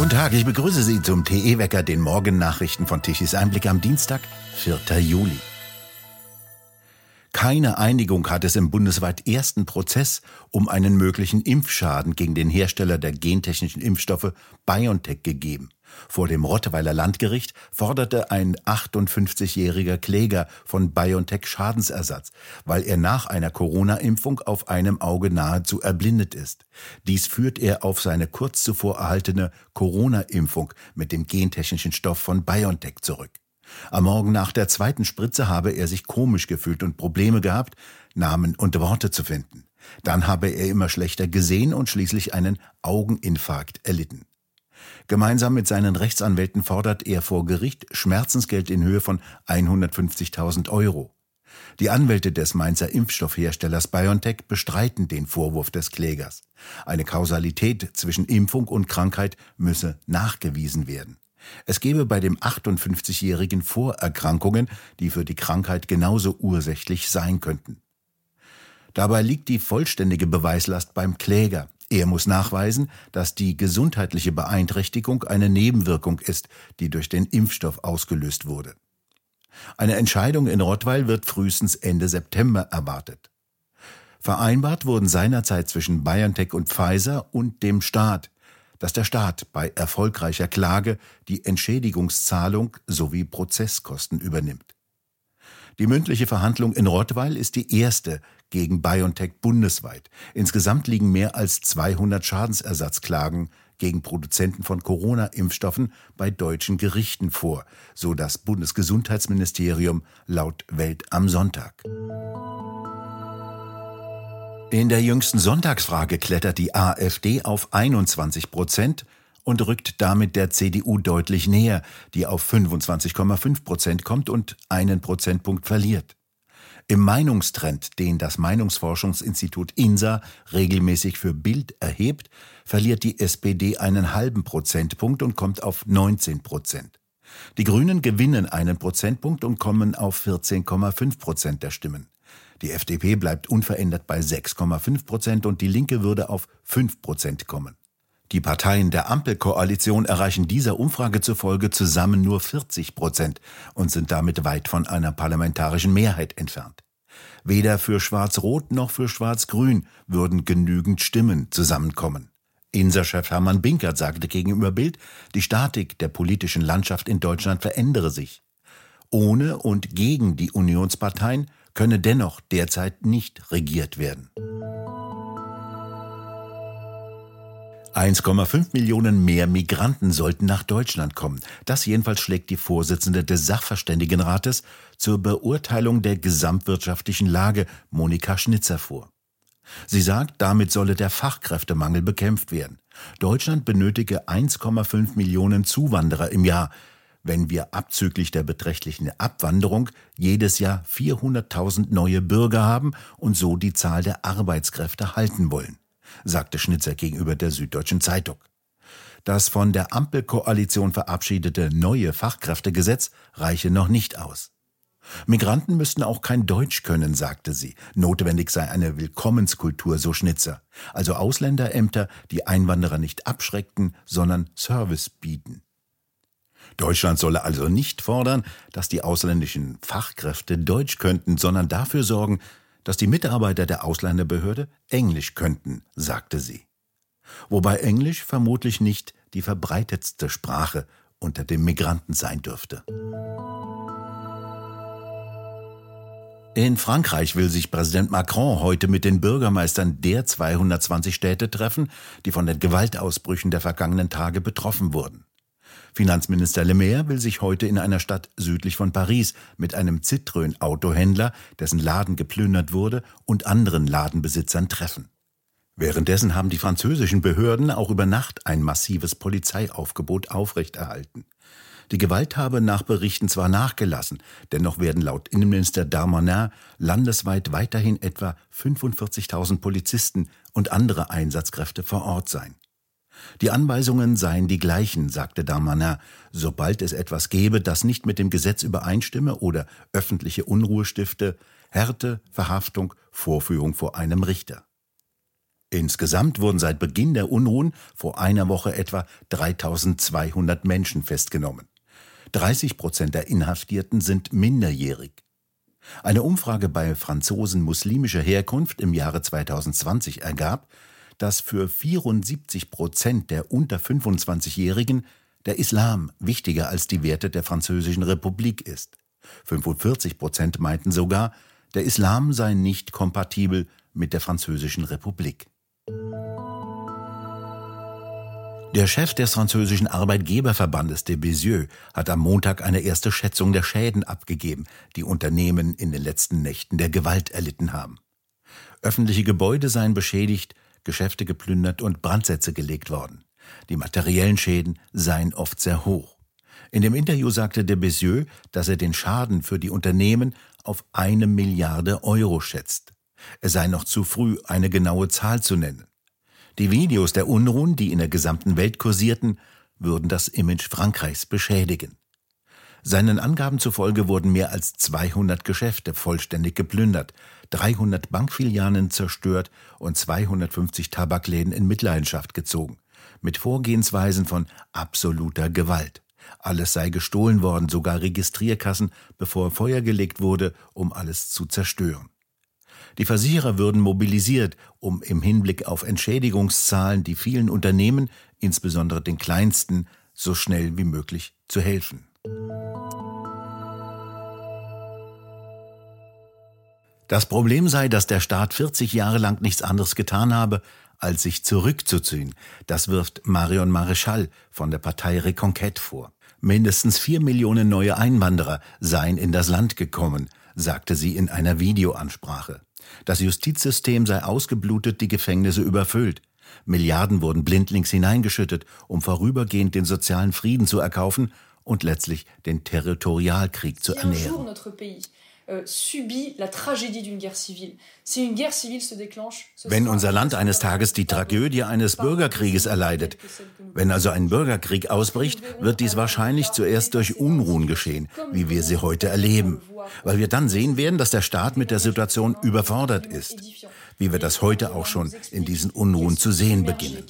Guten Tag, ich begrüße Sie zum TE-Wecker, den Morgennachrichten von Tichys Einblick am Dienstag, 4. Juli. Keine Einigung hat es im bundesweit ersten Prozess um einen möglichen Impfschaden gegen den Hersteller der gentechnischen Impfstoffe BioNTech gegeben. Vor dem Rottweiler Landgericht forderte ein 58-jähriger Kläger von BioNTech Schadensersatz, weil er nach einer Corona-Impfung auf einem Auge nahezu erblindet ist. Dies führt er auf seine kurz zuvor erhaltene Corona-Impfung mit dem gentechnischen Stoff von BioNTech zurück. Am Morgen nach der zweiten Spritze habe er sich komisch gefühlt und Probleme gehabt, Namen und Worte zu finden. Dann habe er immer schlechter gesehen und schließlich einen Augeninfarkt erlitten. Gemeinsam mit seinen Rechtsanwälten fordert er vor Gericht Schmerzensgeld in Höhe von 150.000 €. Die Anwälte des Mainzer Impfstoffherstellers BioNTech bestreiten den Vorwurf des Klägers. Eine Kausalität zwischen Impfung und Krankheit müsse nachgewiesen werden. Es gebe bei dem 58-Jährigen Vorerkrankungen, die für die Krankheit genauso ursächlich sein könnten. Dabei liegt die vollständige Beweislast beim Kläger. Er muss nachweisen, dass die gesundheitliche Beeinträchtigung eine Nebenwirkung ist, die durch den Impfstoff ausgelöst wurde. Eine Entscheidung in Rottweil wird frühestens Ende September erwartet. Vereinbart wurden seinerzeit zwischen BioNTech und Pfizer und dem Staat, dass der Staat bei erfolgreicher Klage die Entschädigungszahlung sowie Prozesskosten übernimmt. Die mündliche Verhandlung in Rottweil ist die erste gegen BioNTech bundesweit. Insgesamt liegen mehr als 200 Schadensersatzklagen gegen Produzenten von Corona-Impfstoffen bei deutschen Gerichten vor, so das Bundesgesundheitsministerium laut Welt am Sonntag. In der jüngsten Sonntagsfrage klettert die AfD auf 21% und rückt damit der CDU deutlich näher, die auf 25,5% kommt und einen Prozentpunkt verliert. Im Meinungstrend, den das Meinungsforschungsinstitut INSA regelmäßig für Bild erhebt, verliert die SPD einen halben Prozentpunkt und kommt auf 19%. Die Grünen gewinnen einen Prozentpunkt und kommen auf 14,5% der Stimmen. Die FDP bleibt unverändert bei 6,5% und die Linke würde auf 5% kommen. Die Parteien der Ampelkoalition erreichen dieser Umfrage zufolge zusammen nur 40% und sind damit weit von einer parlamentarischen Mehrheit entfernt. Weder für Schwarz-Rot noch für Schwarz-Grün würden genügend Stimmen zusammenkommen. INSA-Chef Hermann Binkert sagte gegenüber Bild, die Statik der politischen Landschaft in Deutschland verändere sich. Ohne und gegen die Unionsparteien könne dennoch derzeit nicht regiert werden. 1,5 Millionen mehr Migranten sollten nach Deutschland kommen. Das jedenfalls schlägt die Vorsitzende des Sachverständigenrates zur Beurteilung der gesamtwirtschaftlichen Lage, Monika Schnitzer, vor. Sie sagt, damit solle der Fachkräftemangel bekämpft werden. Deutschland benötige 1,5 Millionen Zuwanderer im Jahr, wenn wir abzüglich der beträchtlichen Abwanderung jedes Jahr 400.000 neue Bürger haben und so die Zahl der Arbeitskräfte halten wollen, sagte Schnitzer gegenüber der Süddeutschen Zeitung. Das von der Ampelkoalition verabschiedete neue Fachkräftegesetz reiche noch nicht aus. Migranten müssten auch kein Deutsch können, sagte sie. Notwendig sei eine Willkommenskultur, so Schnitzer. Also Ausländerämter, die Einwanderer nicht abschreckten, sondern Service bieten. Deutschland solle also nicht fordern, dass die ausländischen Fachkräfte Deutsch könnten, sondern dafür sorgen, dass die Mitarbeiter der Ausländerbehörde Englisch könnten, sagte sie. Wobei Englisch vermutlich nicht die verbreitetste Sprache unter den Migranten sein dürfte. In Frankreich will sich Präsident Macron heute mit den Bürgermeistern der 220 Städte treffen, die von den Gewaltausbrüchen der vergangenen Tage betroffen wurden. Finanzminister Le Maire will sich heute in einer Stadt südlich von Paris mit einem Citroën-Autohändler, dessen Laden geplündert wurde, und anderen Ladenbesitzern treffen. Währenddessen haben die französischen Behörden auch über Nacht ein massives Polizeiaufgebot aufrechterhalten. Die Gewalt habe nach Berichten zwar nachgelassen, dennoch werden laut Innenminister Darmanin landesweit weiterhin etwa 45.000 Polizisten und andere Einsatzkräfte vor Ort sein. Die Anweisungen seien die gleichen, sagte Darmanin, sobald es etwas gäbe, das nicht mit dem Gesetz übereinstimme oder öffentliche Unruhe stifte, Härte, Verhaftung, Vorführung vor einem Richter. Insgesamt wurden seit Beginn der Unruhen vor einer Woche etwa 3.200 Menschen festgenommen. 30% der Inhaftierten sind minderjährig. Eine Umfrage bei Franzosen muslimischer Herkunft im Jahre 2020 ergab, dass für 74% der unter 25-Jährigen der Islam wichtiger als die Werte der Französischen Republik ist. 45% meinten sogar, der Islam sei nicht kompatibel mit der Französischen Republik. Der Chef des französischen Arbeitgeberverbandes de Bézieux hat am Montag eine erste Schätzung der Schäden abgegeben, die Unternehmen in den letzten Nächten der Gewalt erlitten haben. Öffentliche Gebäude seien beschädigt, Geschäfte geplündert und Brandsätze gelegt worden. Die materiellen Schäden seien oft sehr hoch. In dem Interview sagte de Bézieux, dass er den Schaden für die Unternehmen auf 1 Milliarde Euro schätzt. Es sei noch zu früh, eine genaue Zahl zu nennen. Die Videos der Unruhen, die in der gesamten Welt kursierten, würden das Image Frankreichs beschädigen. Seinen Angaben zufolge wurden mehr als 200 Geschäfte vollständig geplündert, 300 Bankfilialen zerstört und 250 Tabakläden in Mitleidenschaft gezogen, mit Vorgehensweisen von absoluter Gewalt. Alles sei gestohlen worden, sogar Registrierkassen, bevor Feuer gelegt wurde, um alles zu zerstören. Die Versicherer würden mobilisiert, um im Hinblick auf Entschädigungszahlen die vielen Unternehmen, insbesondere den kleinsten, so schnell wie möglich zu helfen. Das Problem sei, dass der Staat 40 Jahre lang nichts anderes getan habe, als sich zurückzuziehen. Das wirft Marion Maréchal von der Partei Reconquête vor. Mindestens 4 Millionen neue Einwanderer seien in das Land gekommen, sagte sie in einer Videoansprache. Das Justizsystem sei ausgeblutet, die Gefängnisse überfüllt. Milliarden wurden blindlings hineingeschüttet, um vorübergehend den sozialen Frieden zu erkaufen und letztlich den Territorialkrieg zu ernähren. Wenn unser Land eines Tages die Tragödie eines Bürgerkrieges erleidet, wenn also ein Bürgerkrieg ausbricht, wird dies wahrscheinlich zuerst durch Unruhen geschehen, wie wir sie heute erleben, weil wir dann sehen werden, dass der Staat mit der Situation überfordert ist, wie wir das heute auch schon in diesen Unruhen zu sehen beginnen.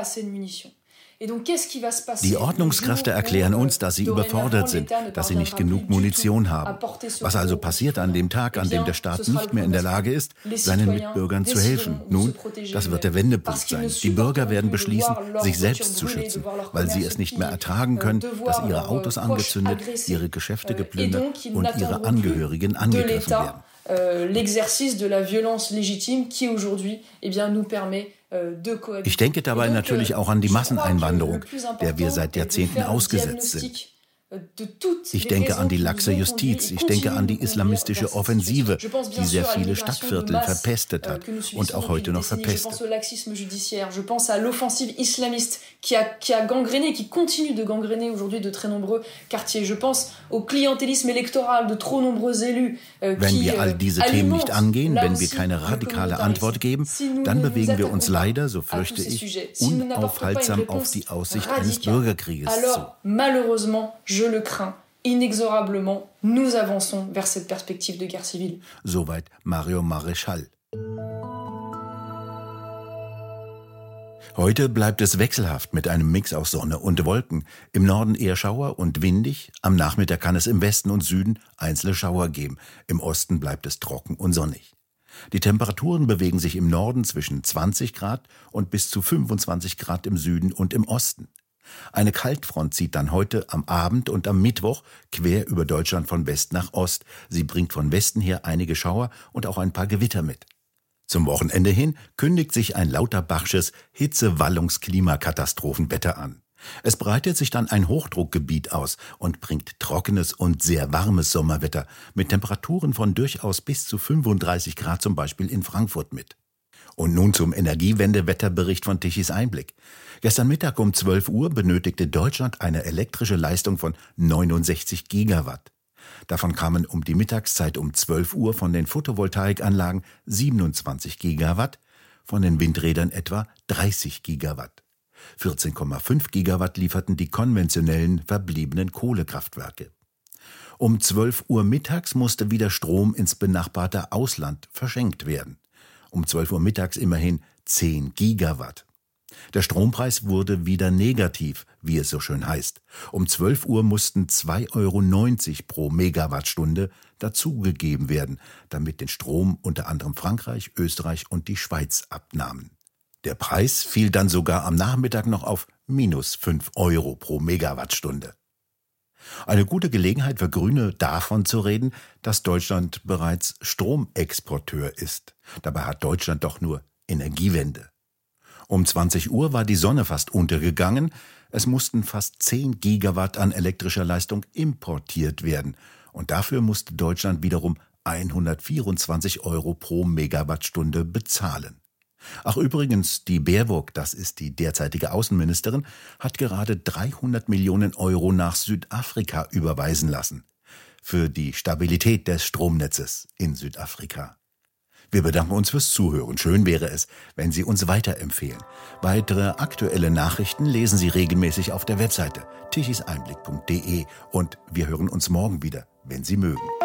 Die Ordnungskräfte erklären uns, dass sie überfordert sind, dass sie nicht genug Munition haben. Was also passiert an dem Tag, an dem der Staat nicht mehr in der Lage ist, seinen Mitbürgern zu helfen? Nun, das wird der Wendepunkt sein. Die Bürger werden beschließen, sich selbst zu schützen, weil sie es nicht mehr ertragen können, dass ihre Autos angezündet, ihre Geschäfte geplündert und ihre Angehörigen angegriffen werden. L'exercice de la violence légitime qui aujourd'hui nous permet. Ich denke dabei natürlich auch an die Masseneinwanderung, der wir seit Jahrzehnten ausgesetzt sind. Ich denke an die laxe Justiz, ich denke an die islamistische Offensive, die sehr viele Stadtviertel verpestet hat und auch heute noch verpestet. Je pense à l'offensive islamiste qui a gangréné, qui continue de gangréner aujourd'hui de très nombreux quartiers. Je pense au clientélisme électoral de trop nombreux élus. Wenn wir all diese Themen nicht angehen, wenn wir keine radikale Antwort geben, dann bewegen wir uns leider, so fürchte ich, unaufhaltsam auf die Aussicht eines Bürgerkrieges zu. Malheureusement, je le crains, inexorablement, nous avançons vers cette perspective de guerre civile. Soweit Marion Maréchal. Heute bleibt es wechselhaft mit einem Mix aus Sonne und Wolken. Im Norden eher Schauer und windig. Am Nachmittag kann es im Westen und Süden einzelne Schauer geben. Im Osten bleibt es trocken und sonnig. Die Temperaturen bewegen sich im Norden zwischen 20 Grad und bis zu 25 Grad im Süden und im Osten. Eine Kaltfront zieht dann heute am Abend und am Mittwoch quer über Deutschland von West nach Ost. Sie bringt von Westen her einige Schauer und auch ein paar Gewitter mit. Zum Wochenende hin kündigt sich ein Lauterbachsches Hitze-Wallungs-Klimakatastrophenwetter an. Es breitet sich dann ein Hochdruckgebiet aus und bringt trockenes und sehr warmes Sommerwetter mit Temperaturen von durchaus bis zu 35 Grad zum Beispiel in Frankfurt mit. Und nun zum Energiewende-Wetterbericht von Tichys Einblick. Gestern Mittag um 12 Uhr benötigte Deutschland eine elektrische Leistung von 69 Gigawatt. Davon kamen um die Mittagszeit um 12 Uhr von den Photovoltaikanlagen 27 Gigawatt, von den Windrädern etwa 30 Gigawatt. 14,5 Gigawatt lieferten die konventionellen verbliebenen Kohlekraftwerke. Um 12 Uhr mittags musste wieder Strom ins benachbarte Ausland verschenkt werden. Um 12 Uhr mittags immerhin 10 Gigawatt. Der Strompreis wurde wieder negativ, wie es so schön heißt. Um 12 Uhr mussten 2,90 € pro Megawattstunde dazugegeben werden, damit den Strom unter anderem Frankreich, Österreich und die Schweiz abnahmen. Der Preis fiel dann sogar am Nachmittag noch auf minus 5 € pro Megawattstunde. Eine gute Gelegenheit für Grüne, davon zu reden, dass Deutschland bereits Stromexporteur ist. Dabei hat Deutschland doch nur Energiewende. Um 20 Uhr war die Sonne fast untergegangen. Es mussten fast 10 Gigawatt an elektrischer Leistung importiert werden. Und dafür musste Deutschland wiederum 124 € pro Megawattstunde bezahlen. Ach übrigens, die Baerbock, das ist die derzeitige Außenministerin, hat gerade 300 Millionen € nach Südafrika überweisen lassen. Für die Stabilität des Stromnetzes in Südafrika. Wir bedanken uns fürs Zuhören. Schön wäre es, wenn Sie uns weiterempfehlen. Weitere aktuelle Nachrichten lesen Sie regelmäßig auf der Webseite tichiseinblick.de und wir hören uns morgen wieder, wenn Sie mögen.